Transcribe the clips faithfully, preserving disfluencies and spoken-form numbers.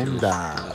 onda.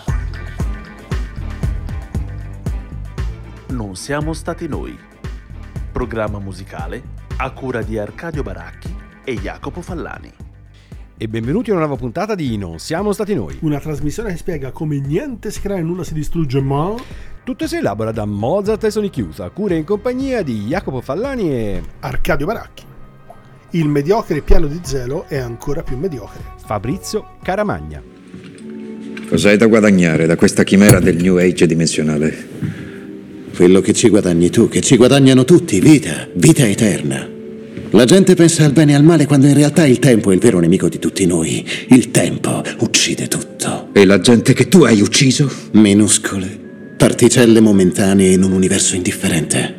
Non siamo stati noi. Programma musicale a cura di Arcadio Baracchi e Jacopo Fallani. E benvenuti a una nuova puntata di Non siamo stati noi. Una trasmissione che spiega come niente si crea e nulla si distrugge, ma tutto si elabora da Mozart e Sony Chiusa, cura in compagnia di Jacopo Fallani e Arcadio Baracchi. Il mediocre pieno di zelo è ancora più mediocre. Fabrizio Caramagna. Cos'hai da guadagnare da questa chimera del New Age dimensionale? Quello che ci guadagni tu, che ci guadagnano tutti, vita, vita eterna. La gente pensa al bene e al male quando in realtà il tempo è il vero nemico di tutti noi. Il tempo uccide tutto. E la gente che tu hai ucciso? Minuscole, particelle momentanee in un universo indifferente.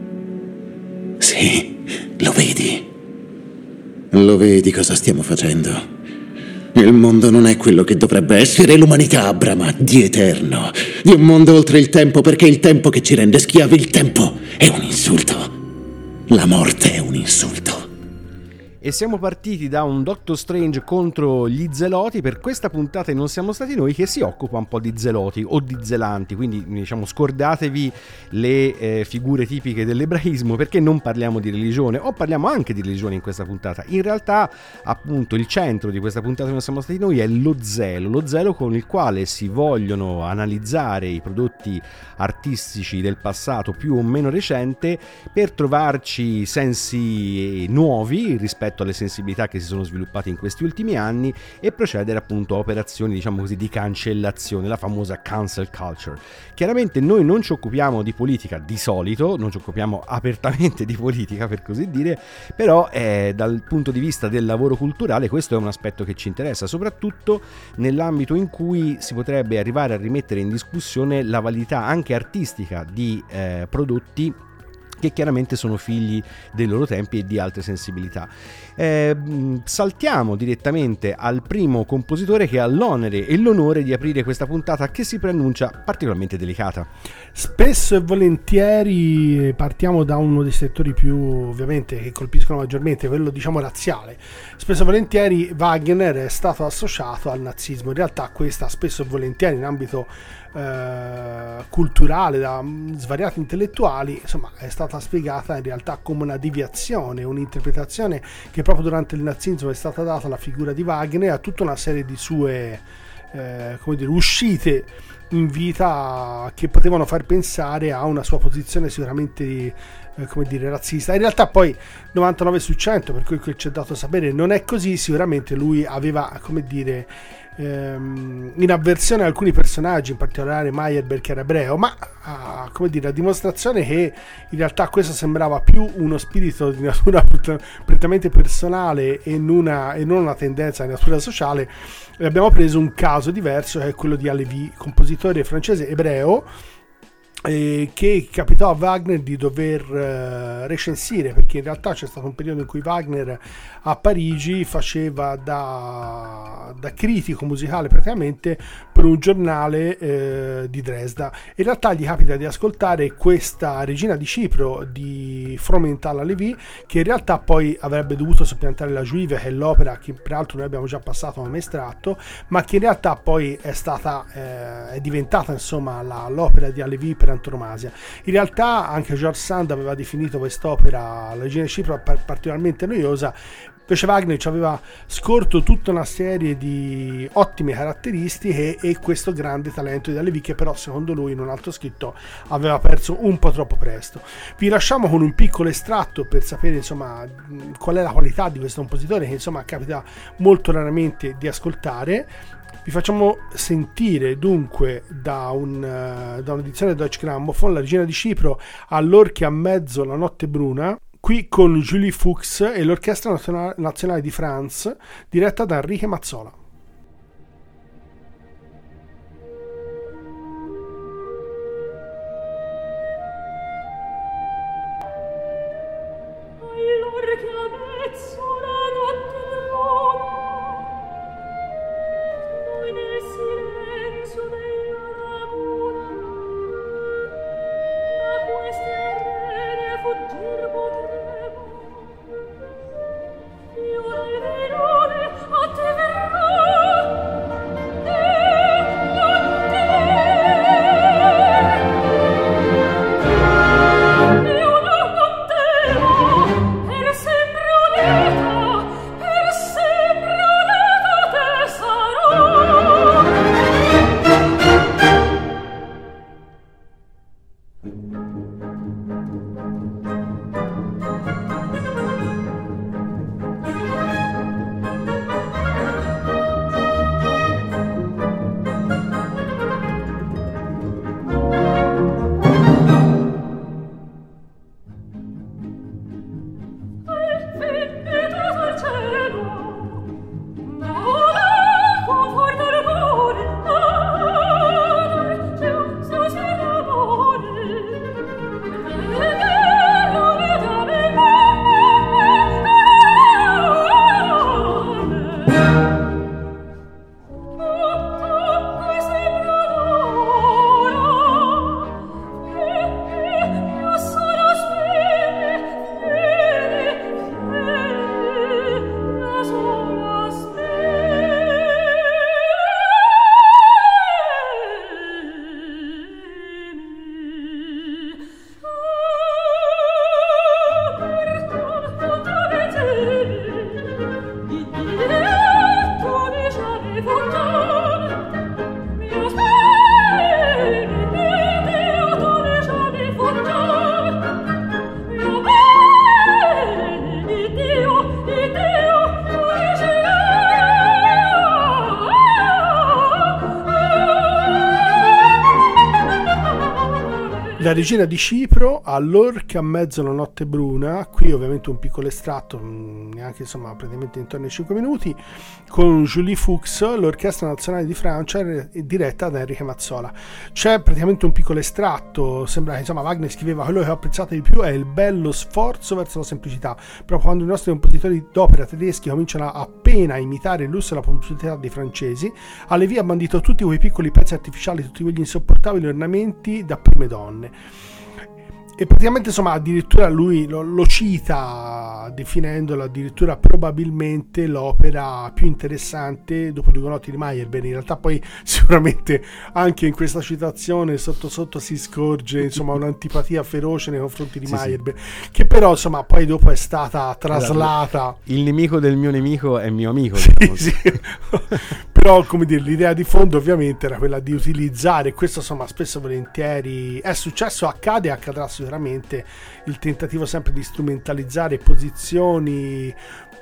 Sì, lo vedi. Lo vedi cosa stiamo facendo? Il mondo non è quello che dovrebbe essere, l'umanità brama di eterno, di un mondo oltre il tempo, perché è il tempo che ci rende schiavi. Il tempo è un insulto. La morte è un insulto. E siamo partiti da un Doctor Strange contro gli zeloti per questa puntata e Non siamo stati noi, che si occupa un po' di zeloti o di zelanti, quindi diciamo scordatevi le eh, figure tipiche dell'ebraismo, perché non parliamo di religione o parliamo anche di religione in questa puntata. In realtà appunto il centro di questa puntata Non siamo stati noi è lo zelo, lo zelo con il quale si vogliono analizzare i prodotti artistici del passato più o meno recente per trovarci sensi nuovi rispetto alle sensibilità che si sono sviluppate in questi ultimi anni e procedere appunto a operazioni, diciamo così, di cancellazione, la famosa cancel culture. Chiaramente noi non ci occupiamo di politica di solito, non ci occupiamo apertamente di politica per così dire, però eh, dal punto di vista del lavoro culturale questo è un aspetto che ci interessa, soprattutto nell'ambito in cui si potrebbe arrivare a rimettere in discussione la validità anche artistica di eh, prodotti che chiaramente sono figli dei loro tempi e di altre sensibilità. Eh, saltiamo direttamente al primo compositore che ha l'onere e l'onore di aprire questa puntata, che si preannuncia particolarmente delicata. Spesso e volentieri partiamo da uno dei settori più ovviamente che colpiscono maggiormente, quello diciamo razziale. Spesso e volentieri Wagner è stato associato al nazismo. In realtà questa spesso e volentieri in ambito eh, culturale da svariati intellettuali, insomma, è stata spiegata in realtà come una deviazione, un'interpretazione che proprio durante il nazismo è stata data alla figura di Wagner, a tutta una serie di sue eh, come dire, uscite in vita che potevano far pensare a una sua posizione sicuramente eh, come dire razzista. In realtà poi novantanove su cento, per quel che ci è dato sapere, non è così. Sicuramente lui aveva, come dire, ehm, in avversione a alcuni personaggi, in particolare Meyerbeer, che era ebreo, ma ah, come dire, a dimostrazione che in realtà questo sembrava più uno spirito di natura prettamente personale e non una, e non una tendenza di natura sociale. Abbiamo preso un caso diverso, che è quello di Halévy, compositore francese ebreo, eh, che capitò a Wagner di dover eh, recensire, perché in realtà c'è stato un periodo in cui Wagner a Parigi faceva da, da critico musicale praticamente per un giornale eh, di Dresda. In realtà gli capita di ascoltare questa Regina di Cipro di Fromental Halévy, che in realtà poi avrebbe dovuto soppiantare la Juive, che è l'opera che peraltro noi abbiamo già passato come estratto, ma che in realtà poi è stata eh, è diventata insomma la, l'opera di Halévy per antonomasia. In realtà anche George Sand aveva definito quest'opera, la Regina di Cipro, particolarmente noiosa. Invece Wagner ci aveva scorto tutta una serie di ottime caratteristiche e questo grande talento di Halévy, che però secondo lui in un altro scritto aveva perso un po' troppo presto. Vi lasciamo con un piccolo estratto per sapere insomma qual è la qualità di questo compositore, che insomma capita molto raramente di ascoltare. Vi facciamo sentire dunque da, un, uh, da un'edizione Deutsche Grammophon la Regina di Cipro, all'orchia a mezzo La notte bruna, qui con Julie Fuchs e l'Orchestra Nazionale di France, diretta da Enrique Mazzola. Io al verone a te verrò La regina di Cipro, all'orca a mezzo la notte bruna, qui ovviamente un piccolo estratto, neanche insomma praticamente intorno ai cinque minuti, con Julie Fuchs, l'orchestra nazionale di Francia diretta da Enrico Mazzola. C'è praticamente un piccolo estratto, sembra che insomma Wagner scriveva: quello che ho apprezzato di più è il bello sforzo verso la semplicità, proprio quando i nostri compositori d'opera tedeschi cominciano appena a imitare il lusso e la pomposità dei francesi, alle vie ha bandito tutti quei piccoli pezzi artificiali, tutti quegli insopportabili ornamenti da prime donne. E praticamente insomma addirittura lui lo, lo cita definendolo addirittura probabilmente l'opera più interessante dopo Due notti di Meyerbeer. In realtà poi sicuramente anche in questa citazione sotto sotto si scorge insomma un'antipatia feroce nei confronti di sì, Meyerbeer, sì. Che però insomma poi dopo è stata traslata. Allora, il nemico del mio nemico è mio amico, sì, sì. Però come dire, l'idea di fondo ovviamente era quella di utilizzare questo, insomma spesso e volentieri è successo, accade e accadrà sicuramente, il tentativo sempre di strumentalizzare posizioni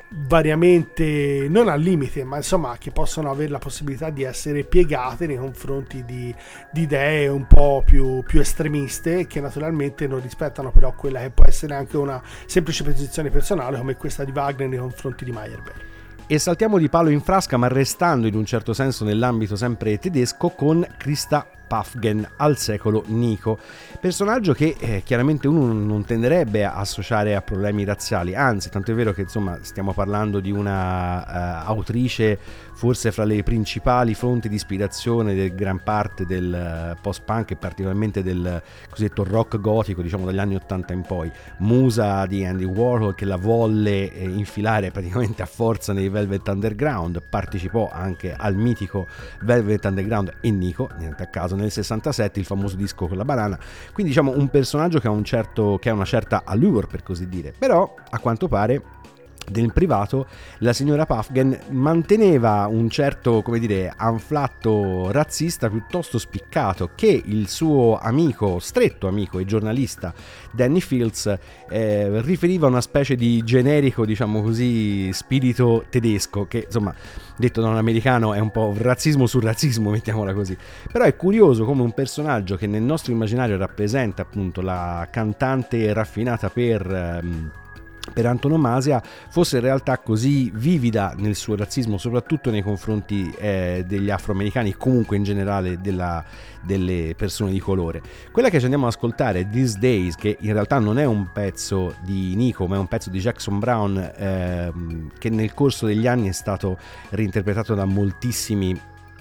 variamente non al limite, ma insomma che possono avere la possibilità di essere piegate nei confronti di, di idee un po' più, più estremiste, che naturalmente non rispettano però quella che può essere anche una semplice posizione personale come questa di Wagner nei confronti di Meyerbeer. E saltiamo di palo in frasca, ma restando in un certo senso nell'ambito sempre tedesco, con Christa Pfaffen al secolo Nico, personaggio che eh, chiaramente uno non tenderebbe a associare a problemi razziali, anzi tanto è vero che insomma stiamo parlando di una uh, autrice forse fra le principali fonti di ispirazione del gran parte del uh, post-punk e particolarmente del cosiddetto rock gotico, diciamo dagli anni ottanta in poi, musa di Andy Warhol, che la volle eh, infilare praticamente a forza nei Velvet Underground, partecipò anche al mitico Velvet Underground e Nico, niente a caso, nel sessantasette, il famoso disco con la banana. Quindi diciamo un personaggio che ha un certo che ha una certa allure, per così dire, però a quanto pare nel privato la signora Pfaffen manteneva un certo, come dire, anflatto razzista piuttosto spiccato, che il suo amico, stretto amico e giornalista Danny Fields eh, riferiva a una specie di generico, diciamo così, spirito tedesco, che insomma detto da un americano è un po' razzismo sul razzismo, mettiamola così. Però è curioso come un personaggio che nel nostro immaginario rappresenta appunto la cantante raffinata per ehm, per antonomasia fosse in realtà così vivida nel suo razzismo, soprattutto nei confronti eh, degli afroamericani e comunque in generale della, delle persone di colore. Quella che ci andiamo ad ascoltare è These Days, che in realtà non è un pezzo di Nico ma è un pezzo di Jackson Browne eh, che nel corso degli anni è stato reinterpretato da moltissimi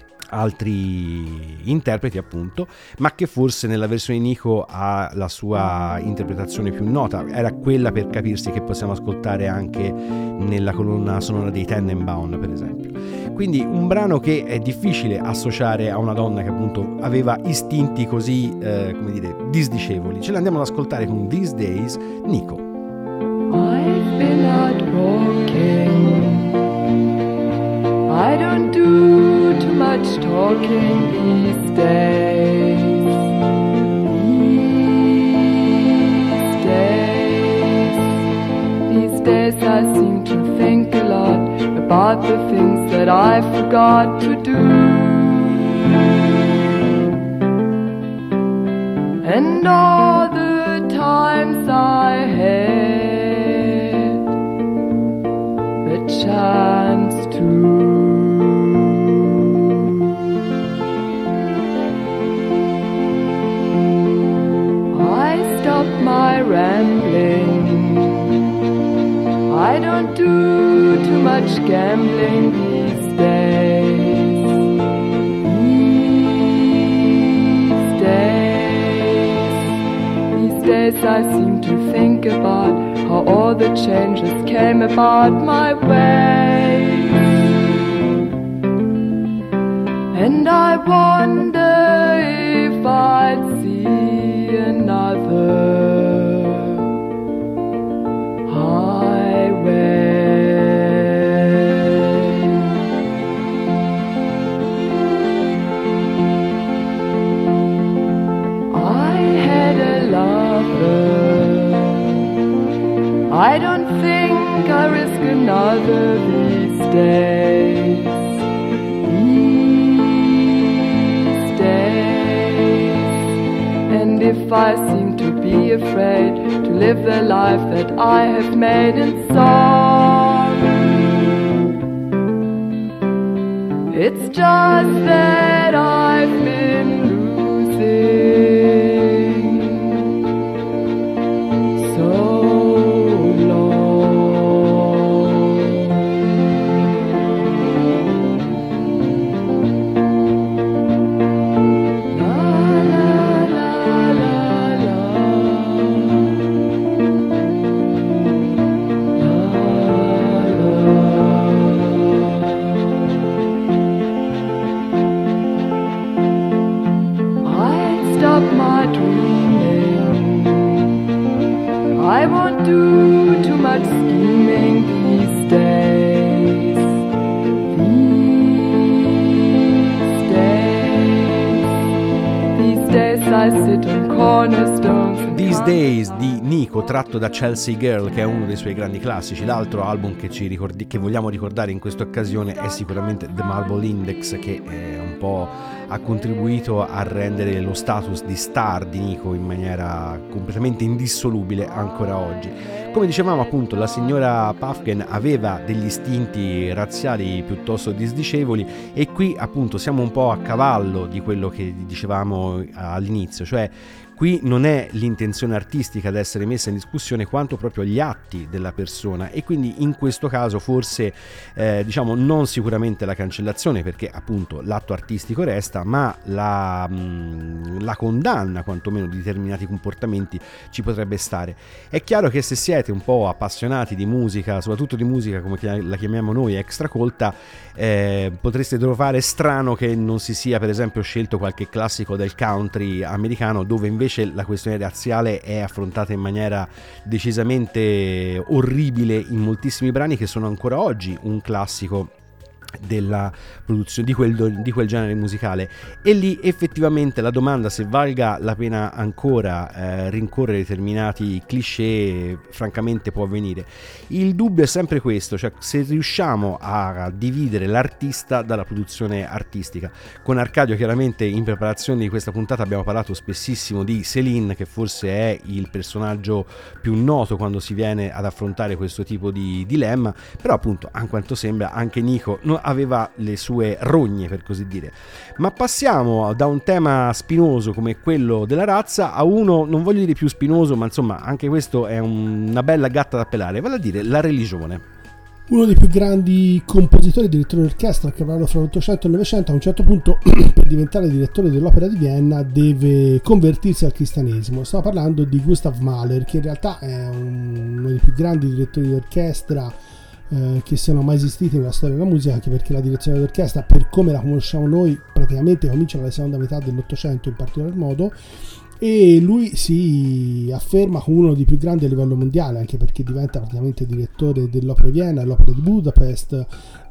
altri interpreti appunto, ma che forse nella versione di Nico ha la sua interpretazione più nota, era quella per capirsi che possiamo ascoltare anche nella colonna sonora dei Tannenbaum per esempio. Quindi un brano che è difficile associare a una donna che appunto aveva istinti così eh, come dire disdicevoli. Ce l'andiamo ad ascoltare con These Days, Nico. I've been out walking, I don't do too much talking these days. I seem to think a lot about the things that I forgot to do. And all the times I had the chance to. My rambling, I don't do too much gambling these days. These days, these days I seem to think about how all the changes came about my way. And I wonder if I'd see another I don't think I risk another these days. These days. And if I seem to be afraid to live the life that I have made in song, it's just that I've been losing so. Do too much scheming these days. These days, these days I sit on cornerstones. These Days di Nico, tratto da Chelsea Girl, che è uno dei suoi grandi classici. L'altro album che ci ricordi, che vogliamo ricordare in questa occasione è sicuramente The Marble Index, che è un po' ha contribuito a rendere lo status di star di Nico in maniera completamente indissolubile ancora oggi. Come dicevamo, appunto, la signora Päffgen aveva degli istinti razziali piuttosto disdicevoli, e qui appunto siamo un po' a cavallo di quello che dicevamo all'inizio, cioè qui non è l'intenzione artistica ad essere messa in discussione quanto proprio gli atti della persona, e quindi in questo caso forse eh, diciamo non sicuramente la cancellazione, perché appunto l'atto artistico resta, ma la, mh, la condanna quantomeno di determinati comportamenti ci potrebbe stare. È chiaro che se siete un po' appassionati di musica, soprattutto di musica come la chiamiamo noi extra colta, eh, potreste trovare strano che non si sia per esempio scelto qualche classico del country americano, dove invece la questione razziale è affrontata in maniera decisamente orribile in moltissimi brani che sono ancora oggi un classico della produzione di quel, di quel genere musicale. E lì effettivamente la domanda se valga la pena ancora eh, rincorrere determinati cliché francamente può avvenire. Il dubbio è sempre questo, cioè se riusciamo a dividere l'artista dalla produzione artistica. Con Arcadio chiaramente in preparazione di questa puntata abbiamo parlato spessissimo di Céline, che forse è il personaggio più noto quando si viene ad affrontare questo tipo di dilemma, però appunto a quanto sembra anche Nico non aveva le sue rogne, per così dire. Ma passiamo da un tema spinoso come quello della razza a uno, non voglio dire più spinoso, ma insomma anche questo è un, una bella gatta da pelare, vale a dire la religione. Uno dei più grandi compositori e direttori d'orchestra che avrà fra l'Ottocento e il Novecento, a un certo punto per diventare direttore dell'Opera di Vienna deve convertirsi al cristianesimo. Stiamo parlando di Gustav Mahler, che in realtà è uno dei più grandi direttori d'orchestra Eh, che siano mai esistiti nella storia della musica, anche perché la direzione d'orchestra, per come la conosciamo noi, praticamente comincia nella seconda metà dell'Ottocento in particolar modo, e lui si afferma come uno dei più grandi a livello mondiale, anche perché diventa praticamente direttore dell'Opera di Vienna, dell'Opera di Budapest,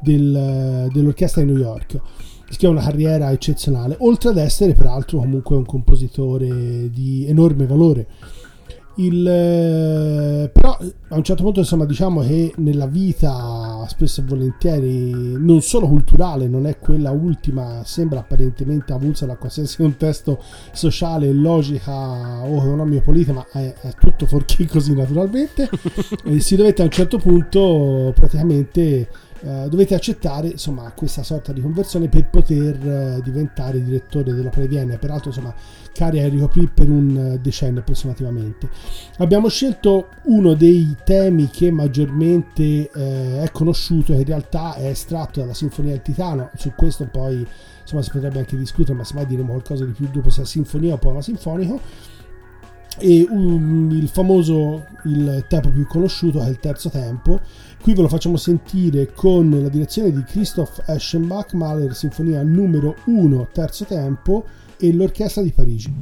del, dell'orchestra di New York, che ha una carriera eccezionale, oltre ad essere peraltro comunque un compositore di enorme valore. Il, eh, però a un certo punto insomma diciamo che nella vita spesso e volentieri non solo culturale, non è quella ultima, sembra apparentemente avulsa da qualsiasi contesto sociale, logica o economico politica, ma è, è tutto fuorché così naturalmente. E si dovete a un certo punto praticamente Uh, dovete accettare insomma questa sorta di conversione per poter uh, diventare direttore dell'Opera di Vienna. Peraltro insomma carica che ricoprì per un uh, decennio approssimativamente. Abbiamo scelto uno dei temi che maggiormente uh, è conosciuto, che in realtà è estratto dalla Sinfonia del Titano. Su questo poi insomma si potrebbe anche discutere, ma semmai diremo qualcosa di più dopo, se è sinfonia o poema sinfonico. E um, il famoso, il tempo più conosciuto è il terzo tempo. Qui ve lo facciamo sentire con la direzione di Christoph Eschenbach, Mahler Sinfonia numero uno terzo tempo e l'Orchestra di Parigi.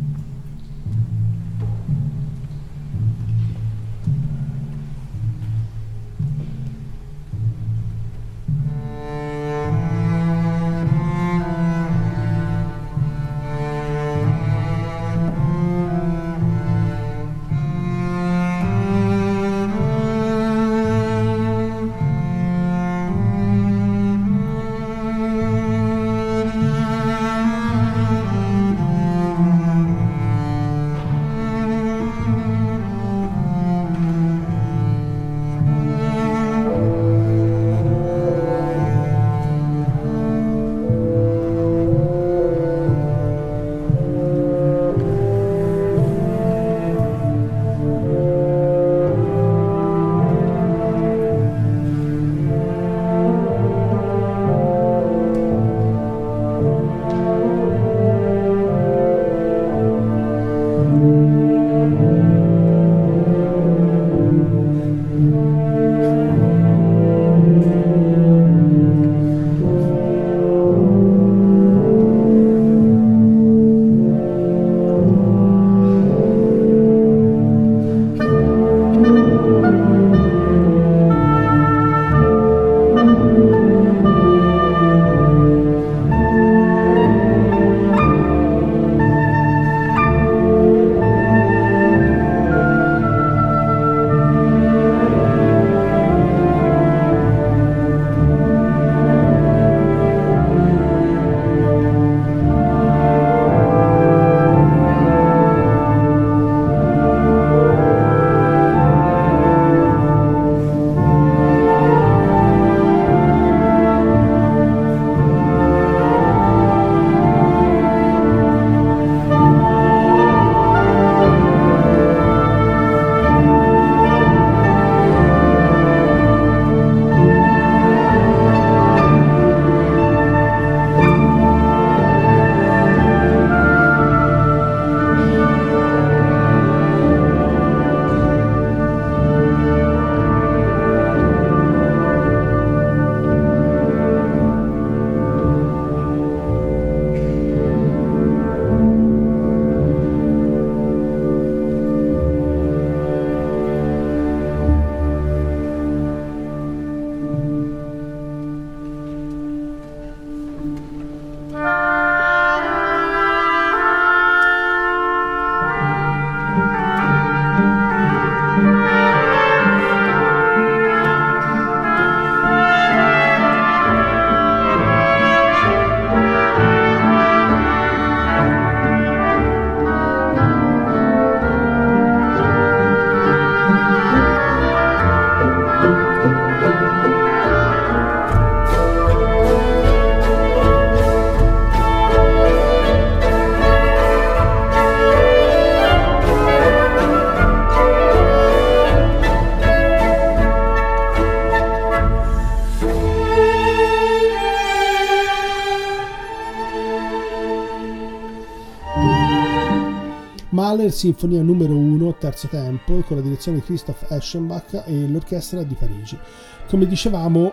Mahler Sinfonia numero uno terzo tempo con la direzione di Christoph Eschenbach e l'Orchestra di Parigi. Come dicevamo,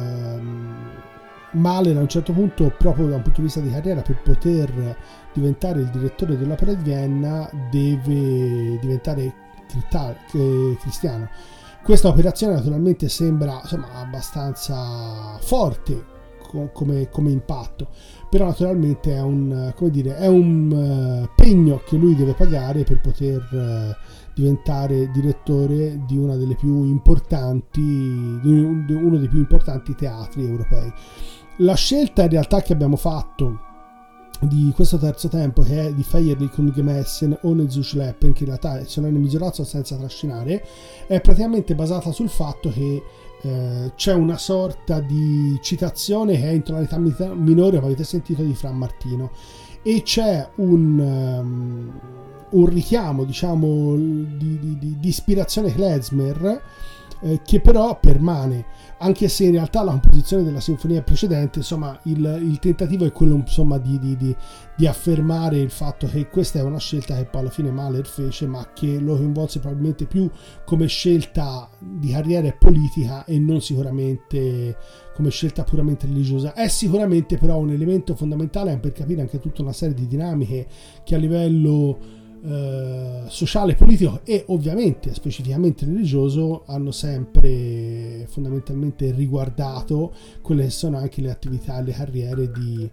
ehm, Mahler a un certo punto, proprio da un punto di vista di carriera, per poter diventare il direttore dell'Opera di Vienna deve diventare cristiano. Questa operazione naturalmente sembra insomma abbastanza forte co- come, come impatto, però naturalmente è un, come dire, è un uh, pegno che lui deve pagare per poter uh, diventare direttore di una delle più importanti, di uno dei più importanti teatri europei. La scelta in realtà che abbiamo fatto di questo terzo tempo, che è di Feierlich und Gemessen ohne zu schleppen, che in realtà è sonore misurato senza trascinare, è praticamente basata sul fatto che eh, c'è una sorta di citazione che è in tonalità minore, avete sentito, di Fra Martino, e c'è un, um, un richiamo, diciamo, di, di, di, di ispirazione klezmer, eh, che però permane, anche se in realtà la composizione della sinfonia precedente, insomma, il, il tentativo è quello, insomma, di, di, di, di affermare il fatto che questa è una scelta che poi alla fine Mahler fece, ma che lo coinvolse probabilmente più come scelta di carriera e politica e non sicuramente come scelta puramente religiosa. È sicuramente però un elemento fondamentale per capire anche tutta una serie di dinamiche che a livello Uh, sociale, politico e ovviamente specificamente religioso hanno sempre fondamentalmente riguardato quelle che sono anche le attività e le carriere di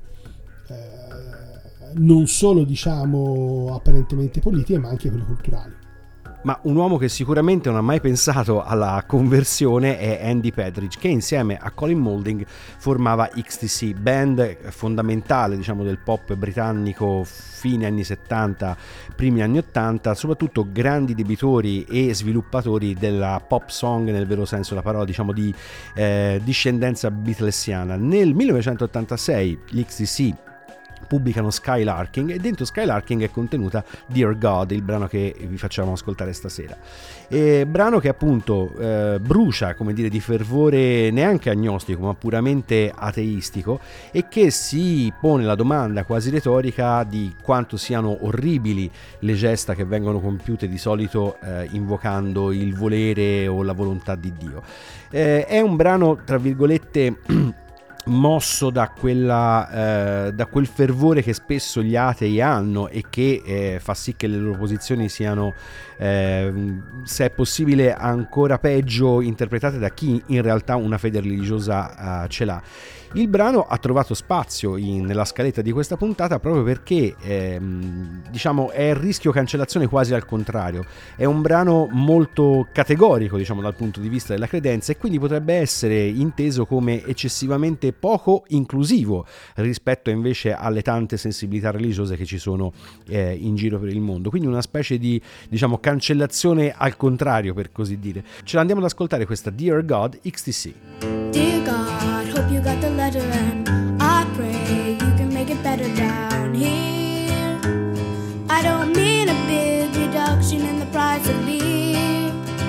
uh, non solo, diciamo, apparentemente politiche, ma anche quelle culturali. Ma un uomo che sicuramente non ha mai pensato alla conversione è Andy Partridge, che insieme a Colin Moulding formava X T C, band fondamentale, diciamo, del pop britannico fine anni settanta, primi anni ottanta, soprattutto grandi debitori e sviluppatori della pop song nel vero senso della parola, diciamo di eh, discendenza beatlesiana. Nel millenovecentottantasei gli X T C pubblicano Skylarking e dentro Skylarking è contenuta Dear God, il brano che vi facciamo ascoltare stasera, e brano che appunto eh, brucia, come dire, di fervore neanche agnostico ma puramente ateistico, e che si pone la domanda quasi retorica di quanto siano orribili le gesta che vengono compiute di solito eh, invocando il volere o la volontà di Dio. Eh, è un brano tra virgolette mosso da quella eh, da quel fervore che spesso gli atei hanno e che eh, fa sì che le loro posizioni siano eh, se è possibile ancora peggio interpretate da chi in realtà una fede religiosa eh, ce l'ha. Il brano ha trovato spazio in, nella scaletta di questa puntata proprio perché ehm, diciamo è il rischio cancellazione quasi al contrario, è un brano molto categorico, diciamo, dal punto di vista della credenza, e quindi potrebbe essere inteso come eccessivamente poco inclusivo rispetto invece alle tante sensibilità religiose che ci sono eh, in giro per il mondo, quindi una specie di, diciamo, cancellazione al contrario, per così dire. Ce l'andiamo ad ascoltare questa Dear God X T C. Dear God, hope you got the letter and I pray you can make it better down here. I don't mean a big reduction in the price of beer,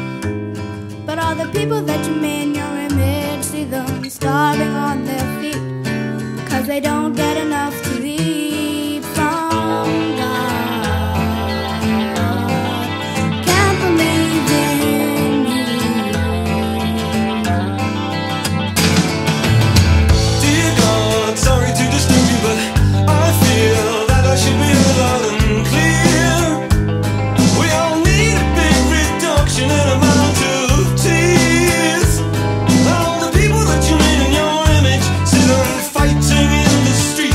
but all the people that you made in your image, see them starving on their feet, cause they don't get enough to eat from God. Can't believe in you. Dear God, sorry to disturb you, but I feel that I should be loud and clear. We all need a big reduction in amount of tears. All the people that you made in your image sit and fighting in the street,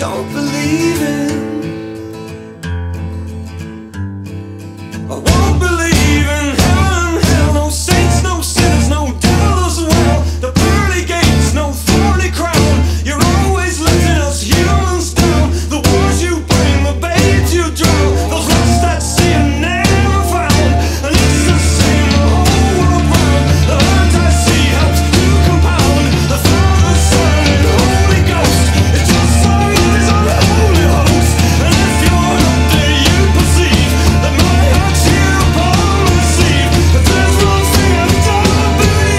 don't believe in. I won't believe in heaven, hell, no saints, no sinners, no devil as well. The pearly gates, no thorny crown. You're always letting us humans down. The wars you bring, the babes you drown, those lost at sea and never found. And it's the same the whole world round. The hurt I see helps to compound. The Father, Son, and Holy Ghost. It's just our eyes on the Holy Host. And if you're not there, you perceive that my heart's here upon the sea. But there's one thing I don't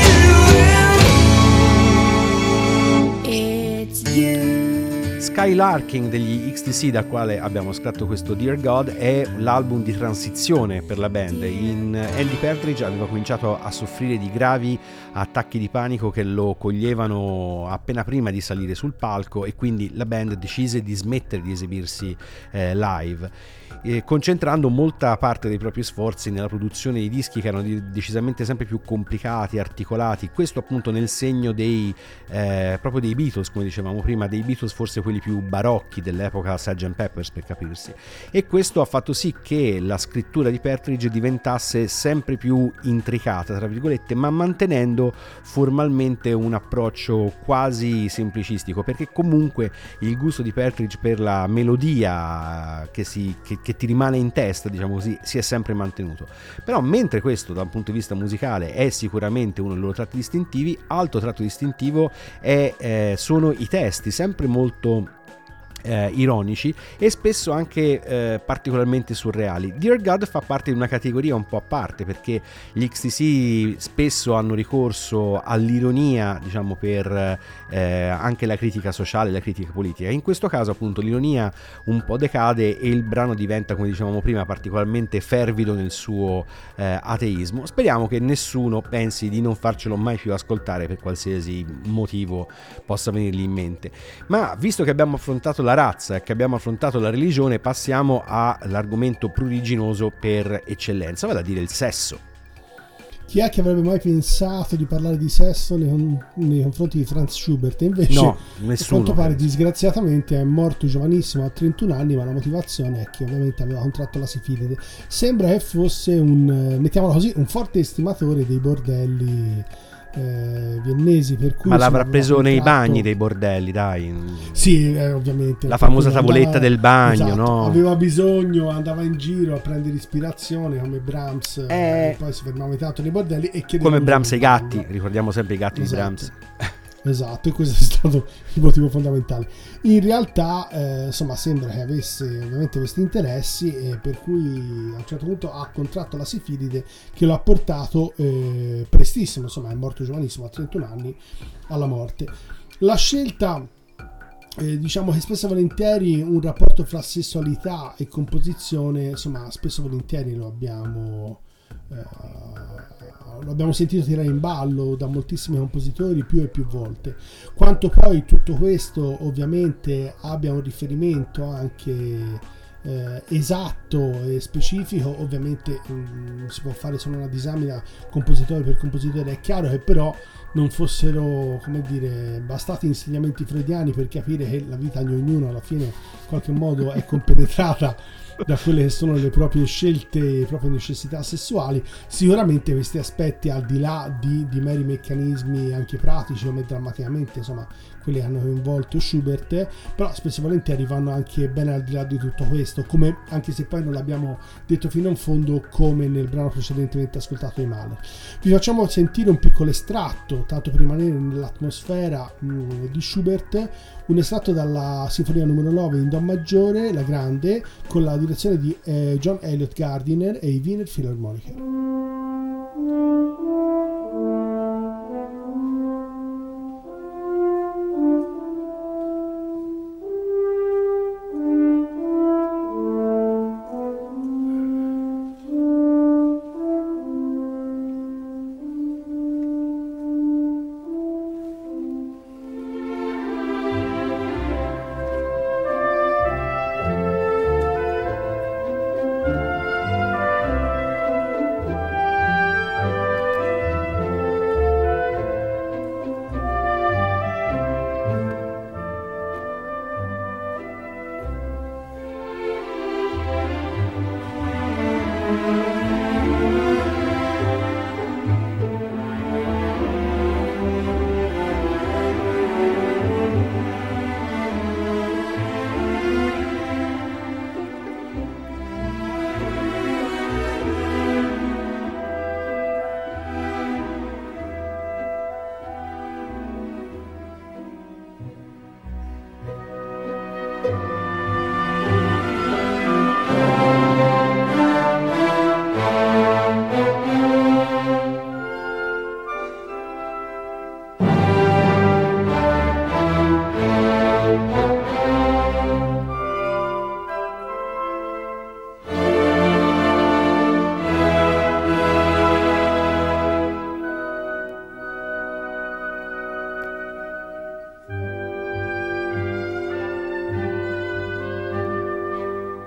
believe in. It's you. Skylarking degli X T C, da quale abbiamo estratto questo Dear God, è l'album di transizione per la band. In Andy Partridge aveva cominciato a soffrire di gravi attacchi di panico che lo coglievano appena prima di salire sul palco, e quindi la band decise di smettere di esibirsi eh, live, eh, concentrando molta parte dei propri sforzi nella produzione di dischi che erano di- decisamente sempre più complicati, articolati. Questo appunto nel segno dei eh, proprio dei Beatles, come dicevamo prima, dei Beatles forse quelli più barocchi dell'epoca sergeant Pepper's, per capirsi. E questo ha fatto sì che la scrittura di Partridge diventasse sempre più intricata, tra virgolette, ma mantenendo formalmente un approccio quasi semplicistico, perché comunque il gusto di Partridge per la melodia che, si, che, che ti rimane in testa, diciamo così, si è sempre mantenuto. Però mentre questo da un punto di vista musicale è sicuramente uno dei loro tratti distintivi, altro tratto distintivo è, eh, sono i testi, sempre molto Eh, ironici e spesso anche eh, particolarmente surreali. Dear God fa parte di una categoria un po' a parte, perché gli X T C spesso hanno ricorso all'ironia, diciamo, per eh, anche la critica sociale, la critica politica. In questo caso appunto l'ironia un po' decade e il brano diventa, come dicevamo prima, particolarmente fervido nel suo eh, ateismo. Speriamo che nessuno pensi di non farcelo mai più ascoltare per qualsiasi motivo possa venirgli in mente. Ma visto che abbiamo affrontato la razza e che abbiamo affrontato la religione, passiamo all'argomento pruriginoso per eccellenza, vale a dire il sesso. Chi è che avrebbe mai pensato di parlare di sesso nei, con- nei confronti di Franz Schubert? E invece, No, a nessuno. quanto pare, disgraziatamente è morto giovanissimo a trentuno anni, ma la motivazione è che ovviamente aveva contratto la sifilide. Sembra che fosse un, eh, mettiamola così, un forte estimatore dei bordelli eh, viennesi, per cui Ma l'avrà insomma, preso aveva nei contratto- bagni dei bordelli, dai. Sì, eh, ovviamente. La famosa Quindi tavoletta del bagno, esatto, no? Aveva bisogno, andava in giro a prendere ispirazione come Brahms, Eh. e poi si fermava tanto nei bordelli e chiedeva Come un Brahms e i bagno. gatti, ricordiamo sempre i gatti Esatto. di Brahms. Esatto, e questo è stato il motivo fondamentale. In realtà, eh, insomma, sembra che avesse ovviamente questi interessi, e per cui a un certo punto ha contratto la sifilide, che lo ha portato eh, prestissimo, insomma, è morto giovanissimo a trentuno anni, alla morte. La scelta, eh, diciamo che spesso e volentieri un rapporto fra sessualità e composizione, insomma, spesso e volentieri lo abbiamo Uh, lo abbiamo sentito tirare in ballo da moltissimi compositori più e più volte. Quanto poi tutto questo ovviamente abbia un riferimento anche eh, esatto e specifico, ovviamente um, si può fare solo una disamina compositore per compositore. È chiaro che però non fossero, come dire, bastati insegnamenti freudiani per capire che la vita di ognuno alla fine in qualche modo è compenetrata da quelle che sono le proprie scelte, le proprie necessità sessuali. Sicuramente questi aspetti, al di là di, di meri meccanismi anche pratici come drammaticamente, insomma, quelli che hanno coinvolto Schubert, però spesso e volentieri vanno anche bene al di là di tutto questo, come, anche se poi non l'abbiamo detto fino in fondo, come nel brano precedentemente ascoltato di Mahler. Vi facciamo sentire un piccolo estratto, tanto per rimanere nell'atmosfera mh, di Schubert, un estratto dalla sinfonia numero nove in do maggiore, la grande, con la direzione di eh, John Elliott Gardiner e i Wiener Philharmoniker.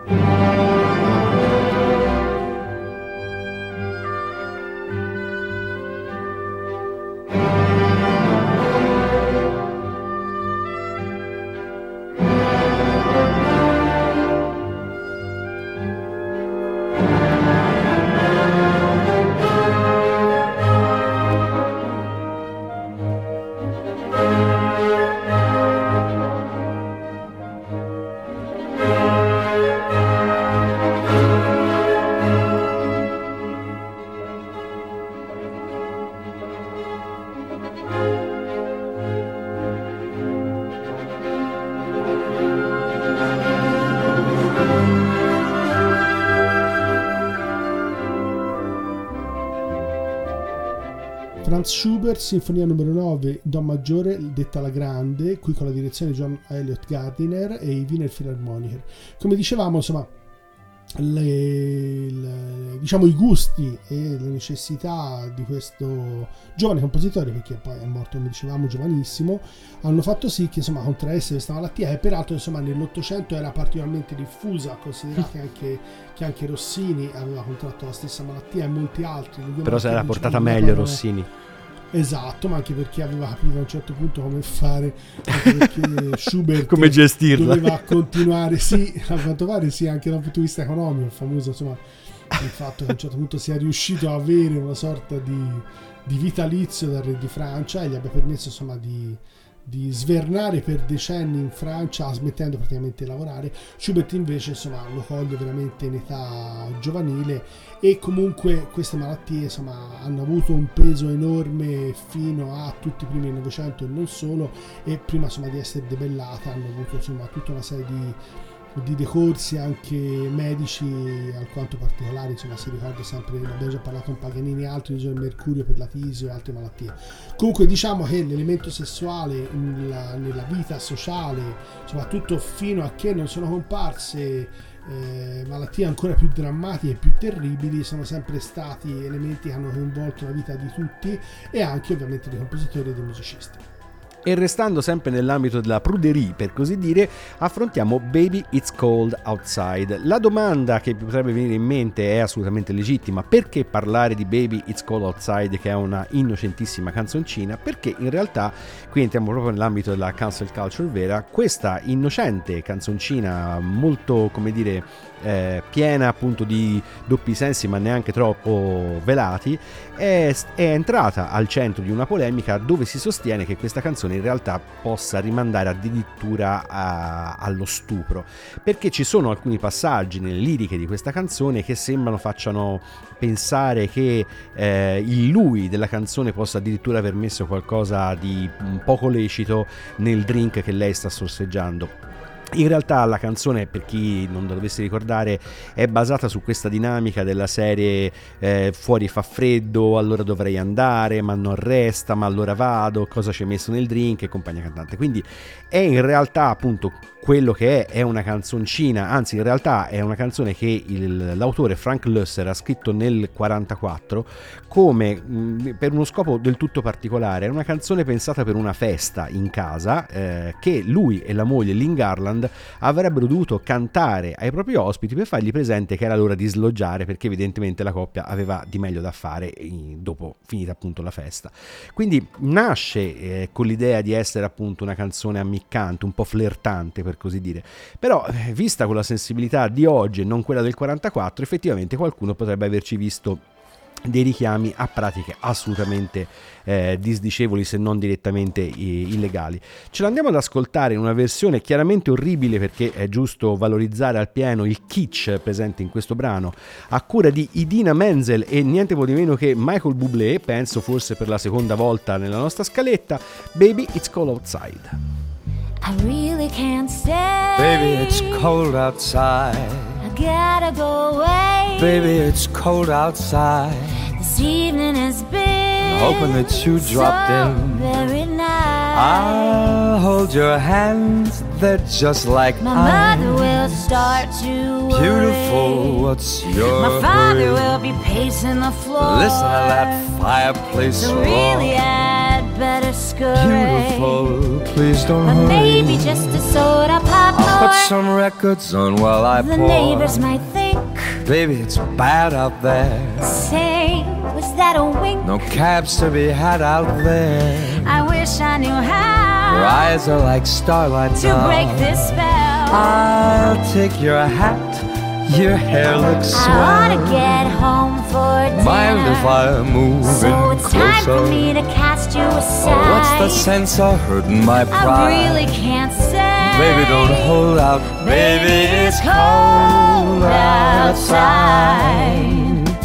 Franz Schubert, Sinfonia numero nove, Do maggiore, detta la grande, qui con la direzione di John Elliott Gardiner e i Wiener Philharmoniker. Come dicevamo, insomma, le, le, diciamo i gusti e le necessità di questo giovane compositore, perché poi è morto, come dicevamo, giovanissimo, hanno fatto sì che insomma contraesse questa malattia, e peraltro insomma nell'Ottocento era particolarmente diffusa. Considerate anche che anche Rossini aveva contratto la stessa malattia e molti altri. Però se l'era portata meglio erano... Rossini. Esatto, ma anche perché aveva capito a un certo punto come fare, anche perché Schubert come gestirla, doveva continuare, sì, a quanto pare sì, anche dal punto di vista economico, il famoso insomma il fatto che a un certo punto sia riuscito a avere una sorta di, di vitalizio dal re di Francia e gli abbia permesso insomma di di svernare per decenni in Francia, smettendo praticamente di lavorare. Schubert invece insomma lo coglie veramente in età giovanile, e comunque queste malattie insomma hanno avuto un peso enorme fino a tutti i primi del Novecento e non solo, e prima insomma di essere debellata hanno avuto insomma tutta una serie di di decorsi anche medici alquanto particolari. Insomma, si ricorda sempre, abbiamo già parlato con Paganini e altri, il mercurio per la tisi o altre malattie. Comunque diciamo che l'elemento sessuale nella, nella vita sociale, soprattutto fino a che non sono comparse eh, malattie ancora più drammatiche e più terribili, sono sempre stati elementi che hanno coinvolto la vita di tutti, e anche ovviamente dei compositori e dei musicisti. E restando sempre nell'ambito della pruderie, per così dire, affrontiamo Baby It's Cold Outside. La domanda che potrebbe venire in mente è assolutamente legittima: perché parlare di Baby It's Cold Outside, che è una innocentissima canzoncina? Perché in realtà qui entriamo proprio nell'ambito della cancel culture vera. Questa innocente canzoncina, molto, come dire, eh, piena appunto di doppi sensi ma neanche troppo velati, è, è entrata al centro di una polemica dove si sostiene che questa canzone in realtà possa rimandare addirittura a, allo stupro, perché ci sono alcuni passaggi nelle liriche di questa canzone che sembrano facciano pensare che eh, il lui della canzone possa addirittura aver messo qualcosa di poco lecito nel drink che lei sta sorseggiando. In realtà la canzone, per chi non dovesse ricordare, è basata su questa dinamica della serie eh, fuori fa freddo, allora dovrei andare, ma non resta, ma allora vado, cosa ci hai messo nel drink e compagnia cantante. Quindi è in realtà appunto quello che è, è una canzoncina, anzi in realtà è una canzone che il, l'autore Frank Loesser ha scritto nel quarantaquattro come mh, per uno scopo del tutto particolare. È una canzone pensata per una festa in casa eh, che lui e la moglie Lynn Garland avrebbero dovuto cantare ai propri ospiti per fargli presente che era l'ora di sloggiare, perché evidentemente la coppia aveva di meglio da fare dopo finita appunto la festa. Quindi nasce eh, con l'idea di essere appunto una canzone ammiccante, un po' flirtante per così dire, però eh, vista con la sensibilità di oggi e non quella del quarantaquattro, effettivamente qualcuno potrebbe averci visto dei richiami a pratiche assolutamente eh, disdicevoli, se non direttamente eh, illegali. Ce l'andiamo ad ascoltare in una versione chiaramente orribile, perché è giusto valorizzare al pieno il kitsch presente in questo brano, a cura di Idina Menzel e niente po' di meno che Michael Bublé, penso forse per la seconda volta nella nostra scaletta. Baby It's Cold Outside. I really can't stay. Baby, it's cold outside. I gotta go away. Baby, it's cold outside. This evening has been Hoping that you dropped so in. very nice. I'll hold your hands, they're just like My ice. mother will start to worry. Beautiful, what's your My father hurry? will be pacing the floor. Listen to that fireplace So roar. really I'd better scurry. Beautiful, please don't But hurry. maybe just a soda pop Oh, or but some records on while I The pour. neighbors might think, Baby, it's bad out there. say, was that a wink? No cabs to be had out there. I wish I knew Your how eyes are like starlight to now. break this spell. I'll take your hat. Your hair looks I swell. ought to get home for dinner. Mind if I move So in it's time closer? for me to cast you aside. Oh, what's the sense of hurting my pride? I really can't say. Baby, don't hold out. Baby, it's cold outside.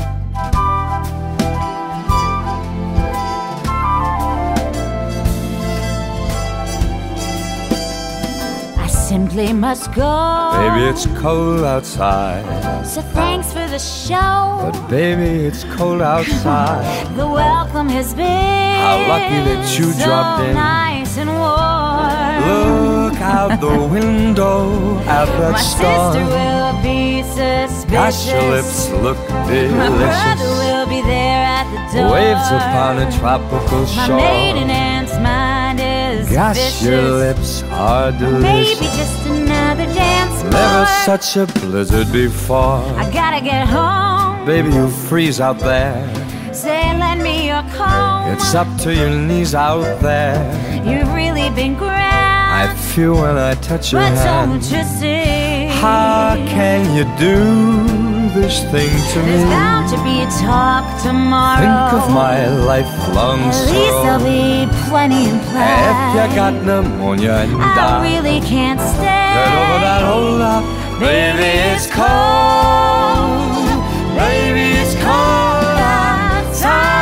I simply must go. Baby, it's cold outside. So thanks for the show. But baby, it's cold outside. The welcome has been How lucky that you so dropped in. nice and warm. Look out the window at that My storm. sister will be suspicious. Gosh, your lips look My brother delicious. will be there at the door. Waves upon a tropical My shore. maiden aunt's mind is Gosh, vicious. your lips are Maybe delicious. just another dance more. Never such a blizzard before. I gotta get home. Baby, you freeze out there. Say, lend me your comb. It's up to your knees out there. You've really been grand. I feel when I touch your But hand. don't you see? How can you do this thing to There's me? bound to be a talk tomorrow. Think of my lifelong At least there'll sorrow. be plenty in play. If you got pneumonia and I die, really can't stay. get over that hold up. Baby, it's cold. Baby, it's cold outside.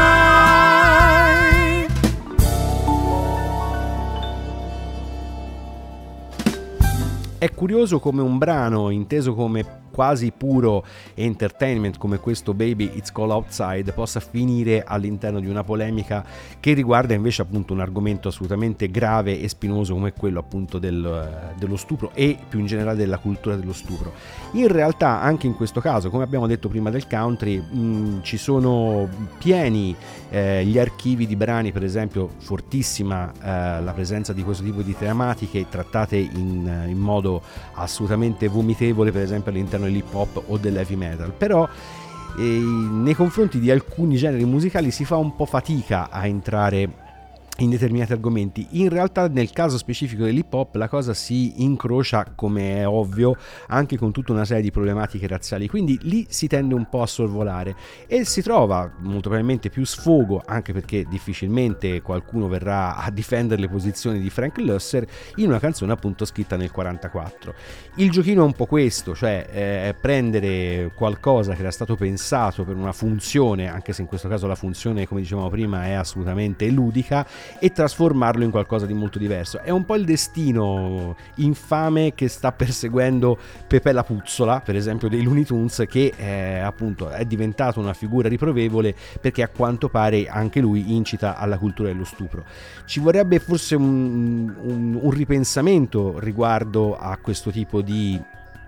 È curioso come un brano inteso come quasi puro entertainment come questo Baby It's Cold Outside possa finire all'interno di una polemica che riguarda invece appunto un argomento assolutamente grave e spinoso come quello appunto del, dello stupro e più in generale della cultura dello stupro. In realtà anche in questo caso, come abbiamo detto prima del country, mh, ci sono pieni eh, gli archivi di brani, per esempio fortissima eh, la presenza di questo tipo di tematiche trattate in, in modo assolutamente vomitevole, per esempio all'interno dell'hip hop o dell'heavy metal, però eh, nei confronti di alcuni generi musicali si fa un po' fatica a entrare in determinati argomenti. In realtà nel caso specifico dell'hip hop la cosa si incrocia, come è ovvio, anche con tutta una serie di problematiche razziali, quindi lì si tende un po' a sorvolare e si trova molto probabilmente più sfogo, anche perché difficilmente qualcuno verrà a difendere le posizioni di Frank Loesser in una canzone appunto scritta nel quarantaquattro. Il giochino è un po' questo, cioè eh, prendere qualcosa che era stato pensato per una funzione, anche se in questo caso la funzione, come dicevamo prima, è assolutamente ludica, e trasformarlo in qualcosa di molto diverso. È un po' il destino infame che sta perseguendo Pepe la Puzzola, per esempio dei Looney Tunes, che è, appunto è diventato una figura riprovevole perché a quanto pare anche lui incita alla cultura dello stupro. Ci vorrebbe forse un, un, un ripensamento riguardo a questo tipo di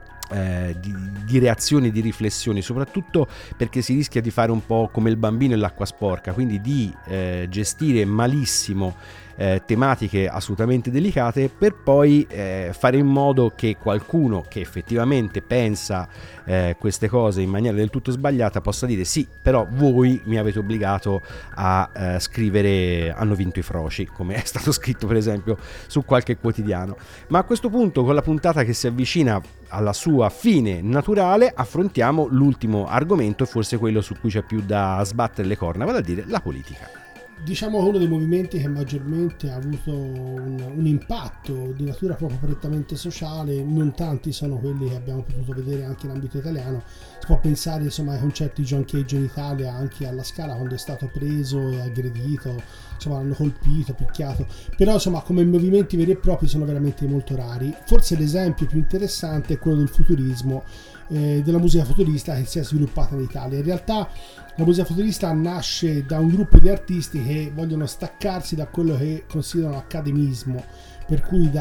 Eh, di, di reazioni, di riflessioni, soprattutto perché si rischia di fare un po' come il bambino e l'acqua sporca, quindi di eh, gestire malissimo eh, tematiche assolutamente delicate per poi eh, fare in modo che qualcuno che effettivamente pensa eh, queste cose in maniera del tutto sbagliata possa dire sì, però voi mi avete obbligato a eh, scrivere hanno vinto i froci, come è stato scritto per esempio su qualche quotidiano. Ma a questo punto, con la puntata che si avvicina alla sua fine naturale, affrontiamo l'ultimo argomento e forse quello su cui c'è più da sbattere le corna, vale a dire la politica. Diciamo che uno dei movimenti che maggiormente ha avuto un, un impatto di natura proprio prettamente sociale, non tanti sono quelli che abbiamo potuto vedere anche in ambito italiano. Si può pensare insomma ai concerti di John Cage in Italia, anche alla Scala, quando è stato preso e aggredito, insomma l'hanno colpito, picchiato, però insomma come movimenti veri e propri sono veramente molto rari. Forse l'esempio più interessante è quello del futurismo, eh, della musica futurista che si è sviluppata in Italia. In realtà la musica futurista nasce da un gruppo di artisti che vogliono staccarsi da quello che considerano accademismo, per cui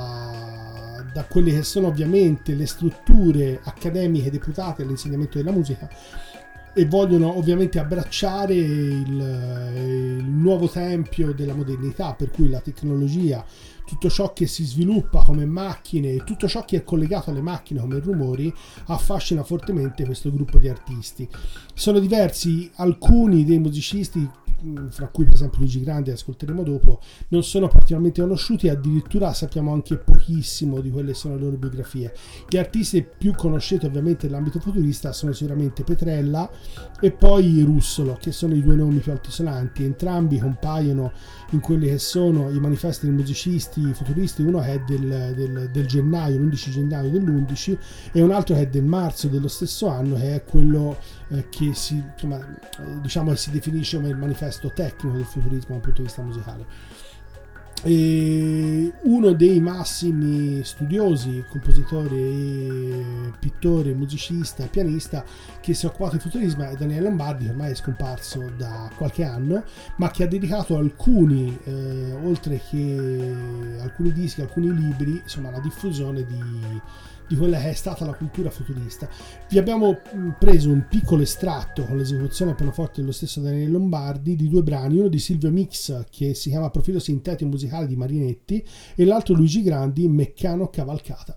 da, da quelle che sono ovviamente le strutture accademiche deputate all'insegnamento della musica, e vogliono ovviamente abbracciare il, il nuovo tempio della modernità, per cui la tecnologia, tutto ciò che si sviluppa come macchine, tutto ciò che è collegato alle macchine come rumori affascina fortemente questo gruppo di artisti. Sono diversi, alcuni dei musicisti, fra cui per esempio Luigi Grandi, ascolteremo dopo, non sono particolarmente conosciuti, addirittura sappiamo anche pochissimo di quelle sono le loro biografie. Gli artisti più conosciuti ovviamente nell'ambito futurista sono sicuramente Petrella e poi Russolo, che sono i due nomi più altisonanti. Entrambi compaiono in quelli che sono i manifesti dei musicisti futuristi, uno che è del, del, del gennaio, l'undici gennaio dell'undici, e un altro che è del marzo dello stesso anno, che è quello eh, che si, insomma, eh, diciamo che si definisce come il manifesto tecnico del futurismo dal punto di vista musicale. E uno dei massimi studiosi, compositore, pittore, musicista e pianista che si è occupato di futurismo è Daniele Lombardi, che ormai è scomparso da qualche anno, ma che ha dedicato alcuni, eh, oltre che alcuni dischi, alcuni libri, insomma, alla diffusione di di quella che è stata la cultura futurista. Vi abbiamo preso un piccolo estratto con l'esecuzione al pianoforte dello stesso Daniele Lombardi di due brani, uno di Silvio Mix che si chiama Profilo sintetico musicale di Marinetti e l'altro Luigi Grandi, Meccano Cavalcata.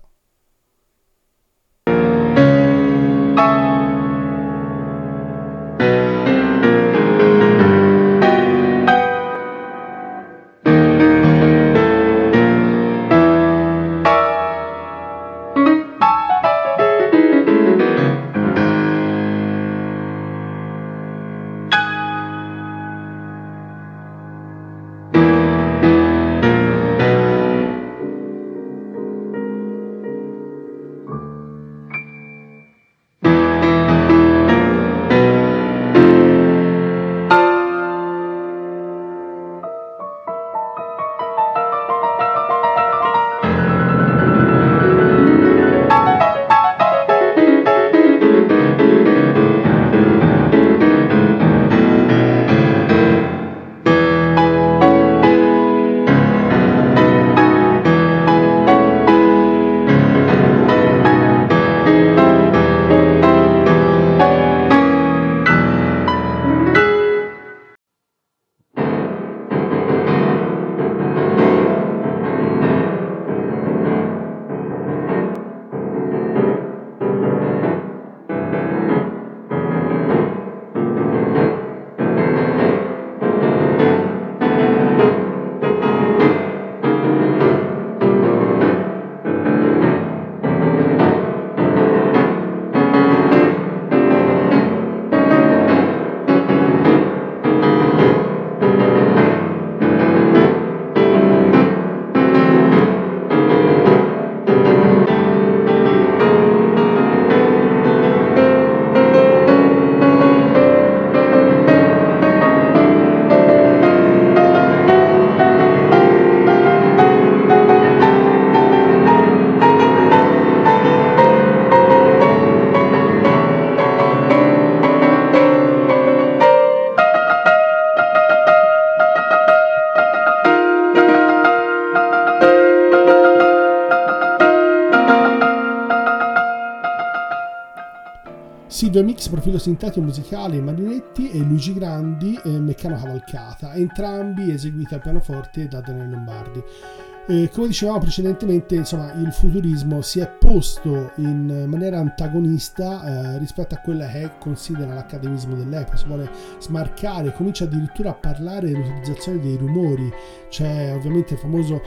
Silvio Mix, Profilo sintetico musicale Marinetti e Luigi Grandi, eh, Meccano Cavalcata, entrambi eseguiti al pianoforte da Daniele Lombardi. Eh, come dicevamo precedentemente, insomma, il futurismo si è posto in maniera antagonista eh, rispetto a quella che considera l'accademismo dell'epoca, si vuole smarcare, comincia addirittura a parlare dell'utilizzazione dei rumori. C'è ovviamente il famoso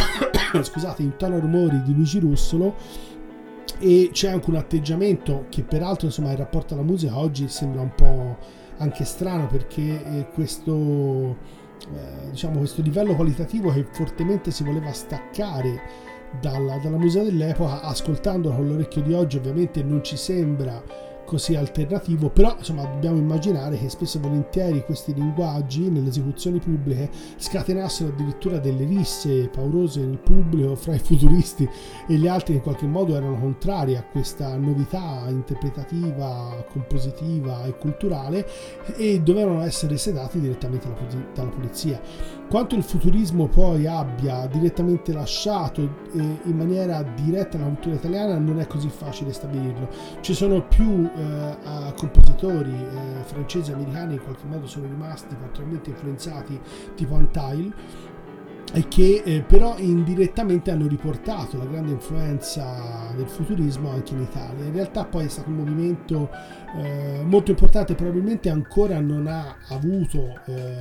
scusate, intorno ai rumori di Luigi Russolo, e c'è anche un atteggiamento che peraltro, insomma, il rapporto alla musica oggi sembra un po' anche strano, perché eh, questo eh, diciamo questo livello qualitativo che fortemente si voleva staccare dalla, dalla musica dell'epoca, ascoltandolo con l'orecchio di oggi ovviamente non ci sembra così alternativo, però insomma dobbiamo immaginare che spesso e volentieri questi linguaggi nelle esecuzioni pubbliche scatenassero addirittura delle risse paurose nel pubblico fra i futuristi e gli altri che in qualche modo erano contrari a questa novità interpretativa, compositiva e culturale, e dovevano essere sedati direttamente dalla polizia. Quanto il futurismo poi abbia direttamente lasciato eh, in maniera diretta la cultura italiana non è così facile stabilirlo. Ci sono più eh, compositori eh, francesi e americani che in qualche modo sono rimasti particolarmente influenzati, tipo Antheil, e che eh, però indirettamente hanno riportato la grande influenza del futurismo anche in Italia. In realtà poi è stato un movimento eh, molto importante, probabilmente ancora non ha avuto,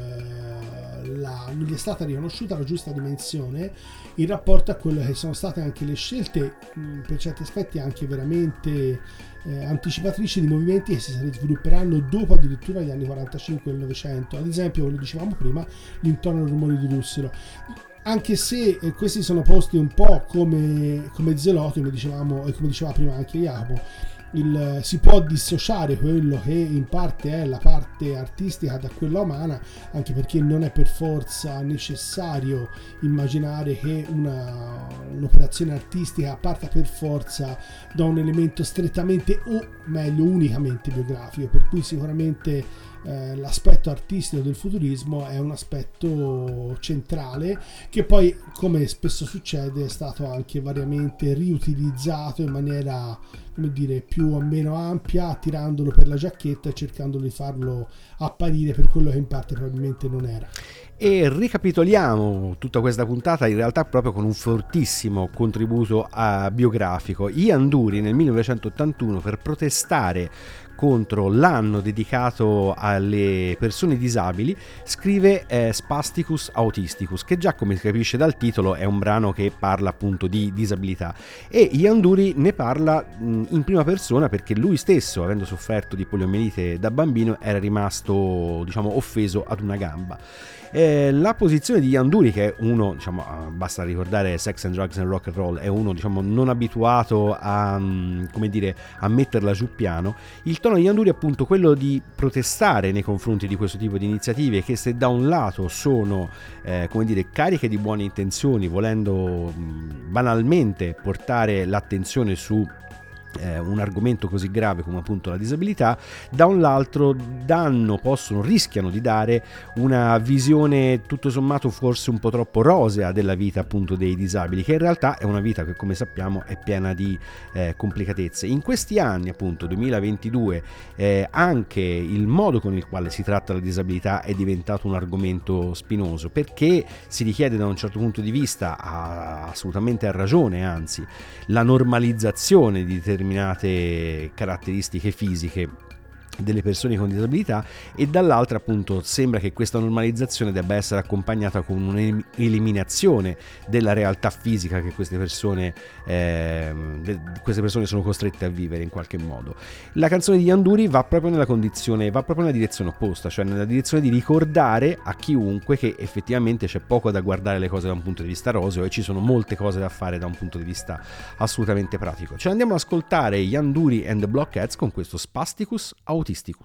eh, la, non gli è stata riconosciuta la giusta dimensione in rapporto a quello che sono state anche le scelte, mh, per certi aspetti anche veramente eh, anticipatrici di movimenti che si svilupperanno dopo addirittura gli anni quarantacinque del Novecento. Ad esempio, come dicevamo prima, l'intorno al rumore di Russero. Anche se eh, questi sono posti un po' come, come Zeloti, come dicevamo e come diceva prima anche Jacopo, il, si può dissociare quello che in parte è la parte artistica da quella umana, anche perché non è per forza necessario immaginare che una, un'operazione artistica parta per forza da un elemento strettamente o meglio unicamente biografico, per cui sicuramente Eh, l'aspetto artistico del futurismo è un aspetto centrale che poi, come spesso succede, è stato anche variamente riutilizzato in maniera, come dire, più o meno ampia, tirandolo per la giacchetta e cercando di farlo apparire per quello che in parte probabilmente non era. E ricapitoliamo tutta questa puntata in realtà proprio con un fortissimo contributo a biografico. Ian Dury nel millenovecentottantuno, per protestare contro l'anno dedicato alle persone disabili, scrive eh, Spasticus Autisticus, che già, come si capisce dal titolo, è un brano che parla appunto di disabilità, e Ian Dury ne parla mh, in prima persona perché lui stesso, avendo sofferto di poliomielite da bambino, era rimasto, diciamo, offeso ad una gamba. Eh, la posizione di Ian Dury, che è uno, diciamo, basta ricordare Sex and Drugs and Rock and Roll, è uno, diciamo, non abituato a, come dire, a metterla giù piano. Il tono di Ian Dury è appunto quello di protestare nei confronti di questo tipo di iniziative che, se da un lato sono eh, come dire, cariche di buone intenzioni, volendo mh, banalmente portare l'attenzione su Eh, un argomento così grave come appunto la disabilità, da un lato danno, possono, rischiano di dare una visione tutto sommato forse un po' troppo rosea della vita appunto dei disabili, che in realtà è una vita che, come sappiamo, è piena di eh, complicatezze. In questi anni, appunto duemilaventidue, eh, anche il modo con il quale si tratta la disabilità è diventato un argomento spinoso, perché si richiede da un certo punto di vista, a, assolutamente a ragione, anzi, la normalizzazione di determinati determinate caratteristiche fisiche delle persone con disabilità, e dall'altra appunto sembra che questa normalizzazione debba essere accompagnata con un'eliminazione della realtà fisica che queste persone eh, queste persone sono costrette a vivere in qualche modo. La canzone di Ian Dury va proprio nella condizione, va proprio nella direzione opposta, cioè nella direzione di ricordare a chiunque che effettivamente c'è poco da guardare le cose da un punto di vista roseo e ci sono molte cose da fare da un punto di vista assolutamente pratico. Ce l'andiamo ad ascoltare Ian Dury and the Blockheads con questo Spasticus Autisticus.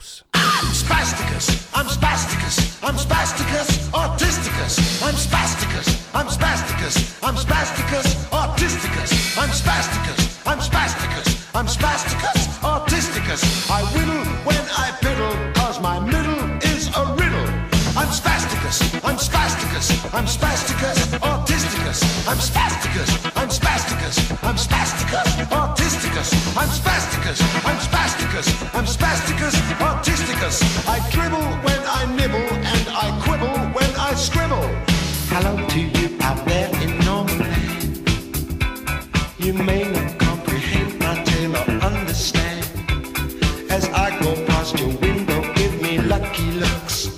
I'm spasticus, I'm spasticus, I'm spasticus, autisticus, I'm spasticus, I'm spasticus, I'm spasticus, autisticus, I'm spasticus, I'm spasticus, I'm spasticus, autisticus. I whittle when I piddle, cause my middle is a riddle. I'm spasticus, I'm spasticus, I'm spasticus, autisticus, I'm spasticus, I'm spasticus, I'm spasticus, autisticus, I'm spasticus, I'm spasticus, I'm spasticus, autisticus. I dribble when I nibble and I quibble when I scribble. Hello to you out there in normal land. You may not comprehend my tale or understand. As I go past your window, give me lucky looks.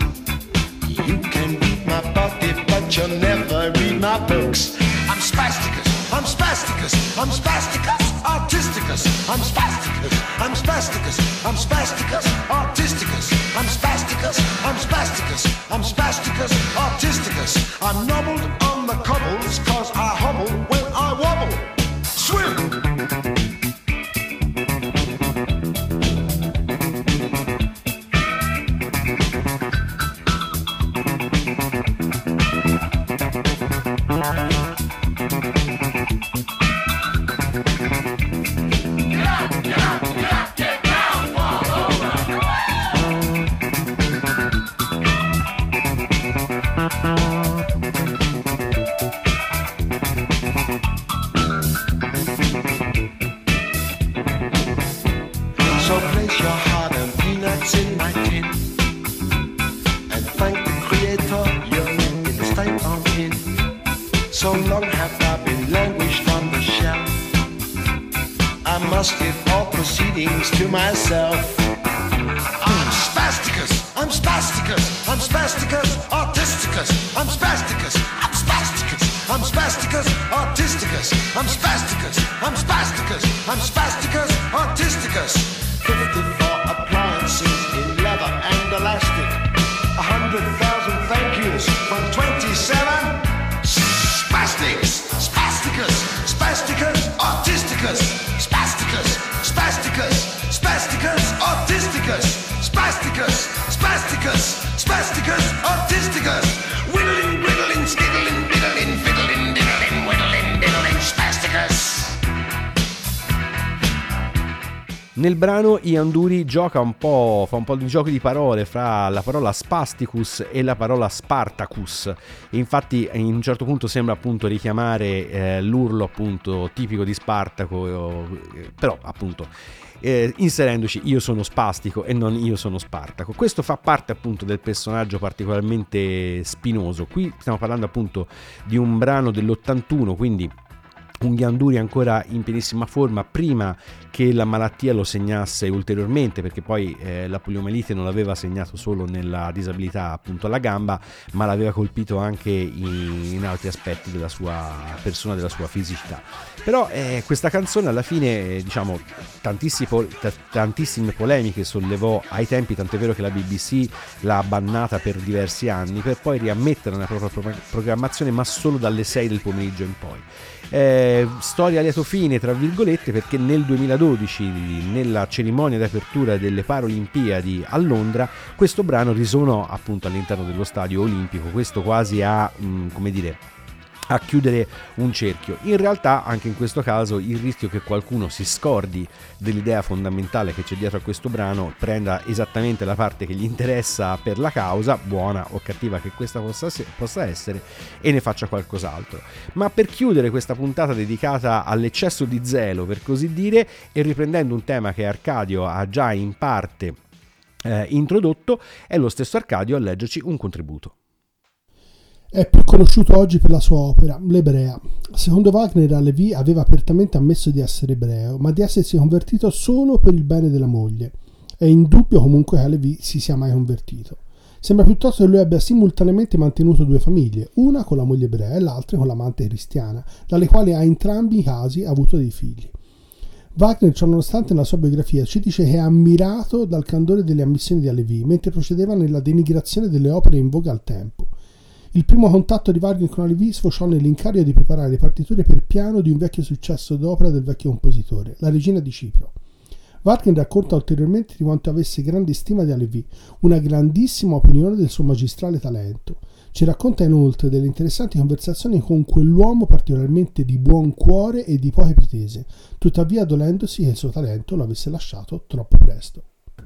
You can read my body, but you'll never read my books. I'm spasticus, I'm spasticus, I'm spasticus, autisticus, I'm spasticus, I'm spasticus, I'm spasticus, autisticus, I'm spasticus, I'm spasticus, I'm spasticus, autisticus. I'm nobbled on the cobbles, cause I hobble when I wobble. Swim! I must give all proceedings to myself. I'm spasticus, I'm spasticus, I'm spasticus, autisticus, I'm spasticus, I'm spasticus, I'm spasticus, autisticus, I'm spasticus, I'm spasticus, I'm spasticus, autisticus. fifty-four appliances in leather and elastic. A hundred thousand thank yous from twenty-seven spastics, spasticus, spasticus, autisticus, spasticus, spasticus, spasticus, autisticus, spasticus, spasticus, spasticus, autisticus, whittling, whittling, skittling, diddling, fiddling, diddling, whittling, diddling, spasticus. Nel brano Ian Dury gioca un po', fa un po' di giochi di parole fra la parola spasticus e la parola Spartacus. Infatti in un certo punto sembra appunto richiamare eh, l'urlo appunto tipico di Spartaco, eh, però appunto eh, inserendoci io sono spastico e non io sono Spartaco. Questo fa parte appunto del personaggio particolarmente spinoso. Qui stiamo parlando appunto di un brano dell'ottantuno, quindi un Ian Dury ancora in pienissima forma prima che la malattia lo segnasse ulteriormente, perché poi eh, la poliomielite non l'aveva segnato solo nella disabilità appunto alla gamba, ma l'aveva colpito anche in, in altri aspetti della sua persona, della sua fisicità. Però eh, questa canzone alla fine eh, diciamo tantissime, tantissime polemiche sollevò ai tempi, tant'è vero che la B B C l'ha bannata per diversi anni per poi riammettere nella propria programmazione, ma solo dalle sei del pomeriggio in poi. Eh, storia a lieto fine tra virgolette, perché nel duemiladodici nella cerimonia di apertura delle Paralimpiadi a Londra questo brano risuonò appunto all'interno dello stadio olimpico, questo quasi a mh, come dire a chiudere un cerchio. In realtà anche in questo caso il rischio che qualcuno si scordi dell'idea fondamentale che c'è dietro a questo brano, prenda esattamente la parte che gli interessa per la causa, buona o cattiva che questa possa, possa essere, e ne faccia qualcos'altro. Ma per chiudere questa puntata dedicata all'eccesso di zelo, per così dire, e riprendendo un tema che Arcadio ha già in parte eh, introdotto, è lo stesso Arcadio a leggerci un contributo. È più conosciuto oggi per la sua opera, l'Ebrea. Secondo Wagner, Halevi aveva apertamente ammesso di essere ebreo, ma di essersi convertito solo per il bene della moglie. È indubbio comunque che Halevi si sia mai convertito. Sembra piuttosto che lui abbia simultaneamente mantenuto due famiglie, una con la moglie ebrea e l'altra con l'amante cristiana, dalle quali ha entrambi i casi avuto dei figli. Wagner, ciononostante, nella sua biografia ci dice che è ammirato dal candore delle ammissioni di Halevi, mentre procedeva nella denigrazione delle opere in voga al tempo. Il primo contatto di Wagner con Halevi sfociò nell'incarico di preparare le partiture per piano di un vecchio successo d'opera del vecchio compositore, La Regina di Cipro. Wagner racconta ulteriormente di quanto avesse grande stima di Halevi, una grandissima opinione del suo magistrale talento. Ci racconta inoltre delle interessanti conversazioni con quell'uomo particolarmente di buon cuore e di poche pretese, tuttavia dolendosi che il suo talento lo avesse lasciato troppo presto.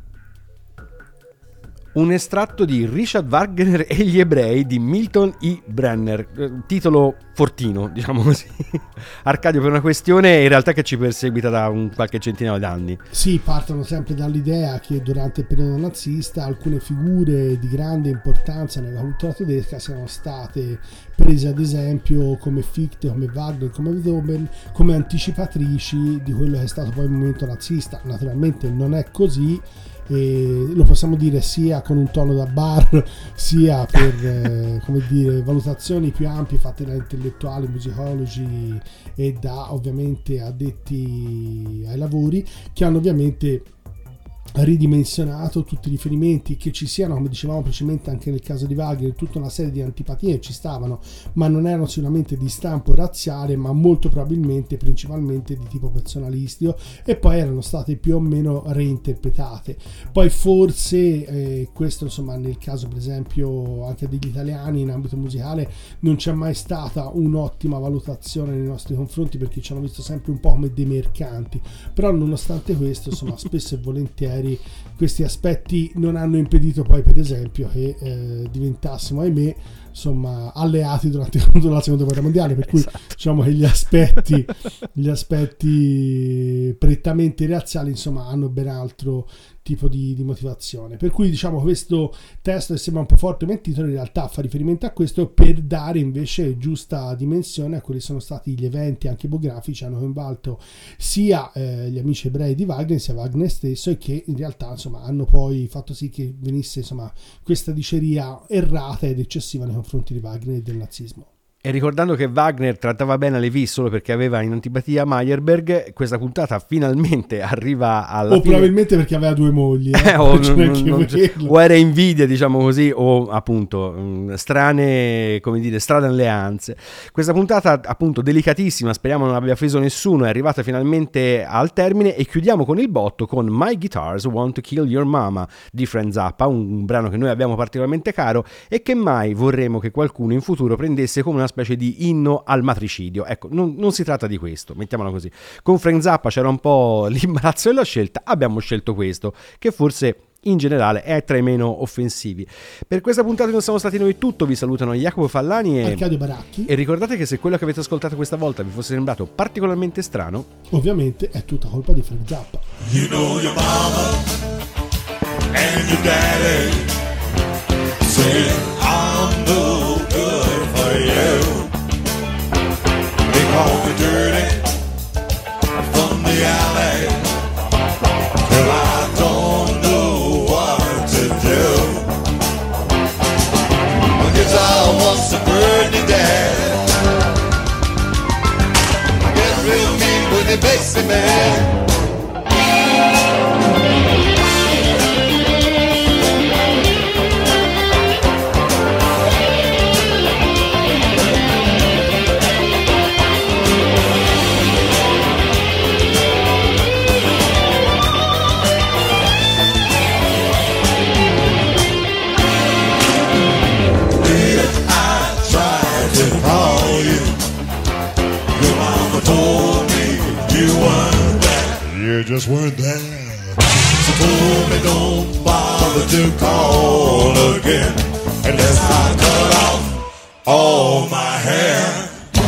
Un estratto di Richard Wagner e gli ebrei di Milton E. Brenner, titolo fortino, diciamo così. Arcadio, per una questione in realtà che ci perseguita da un qualche centinaio d'anni. Sì, partono sempre dall'idea che durante il periodo nazista alcune figure di grande importanza nella cultura tedesca siano state prese ad esempio come Fichte, come Wagner, come Beethoven, come anticipatrici di quello che è stato poi il movimento nazista. Naturalmente non è così, e lo possiamo dire sia con un tono da bar sia per eh, come dire valutazioni più ampie fatte da intellettuali, musicologi e da ovviamente addetti ai lavori, che hanno ovviamente ridimensionato tutti i riferimenti, che ci siano, come dicevamo precedentemente anche nel caso di Wagner, tutta una serie di antipatie ci stavano, ma non erano sicuramente di stampo razziale, ma molto probabilmente principalmente di tipo personalistico, e poi erano state più o meno reinterpretate. Poi forse eh, questo insomma nel caso per esempio anche degli italiani in ambito musicale non c'è mai stata un'ottima valutazione nei nostri confronti, perché ci hanno visto sempre un po' come dei mercanti, però nonostante questo insomma spesso e volentieri questi aspetti non hanno impedito poi per esempio che eh, diventassimo, ahimè, insomma alleati durante la seconda guerra mondiale, per cui esatto. Diciamo che gli aspetti gli aspetti prettamente razziali insomma hanno ben altro tipo di, di motivazione. Per cui diciamo questo testo che sembra un po' forte come titolo in realtà fa riferimento a questo per dare invece giusta dimensione a quelli che sono stati gli eventi anche biografici hanno coinvolto sia eh, gli amici ebrei di Wagner sia Wagner stesso, e che in realtà insomma hanno poi fatto sì che venisse insomma questa diceria errata ed eccessiva nei confronti di Wagner e del nazismo. E ricordando che Wagner trattava bene Levi solo perché aveva in antipatia Meyerbeer, questa puntata finalmente arriva alla o fine. Probabilmente perché aveva due mogli eh? Eh, o, non, non, non, o era invidia, diciamo così, o appunto mh, strane, come dire, strane alleanze. Questa puntata appunto delicatissima, speriamo non abbia offeso nessuno, è arrivata finalmente al termine, e chiudiamo con il botto con My Guitars Want to Kill Your Mama di Frank Zappa, un brano che noi abbiamo particolarmente caro e che mai vorremmo che qualcuno in futuro prendesse come una specie di inno al matricidio. Ecco, non, non si tratta di questo, mettiamola così. Con Frank Zappa c'era un po' l'imbarazzo della scelta, abbiamo scelto questo, che forse in generale è tra i meno offensivi. Per questa puntata non siamo stati noi tutto, vi salutano Jacopo Fallani e Arcadio Baracchi, e ricordate che se quello che avete ascoltato questa volta vi fosse sembrato particolarmente strano, ovviamente è tutta colpa di Frank Zappa. You know your mama and your daddy say I'm no good for you. They call me dirty from the alley till I don't know what to do. My guitar wants to burn me dead. I get real mean when it makes me mad. You just weren't there. She told me don't bother to call again unless I cut off all my hair.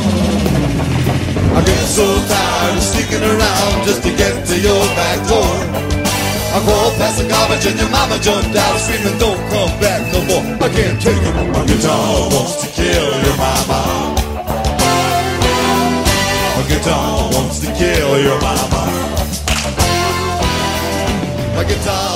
I get so tired of sneaking around just to get to your back door. I crawled past the garbage and your mama jumped out screaming don't come back no more. I can't take it. My guitar wants to kill your mama. My guitar wants to kill your mama. My guitar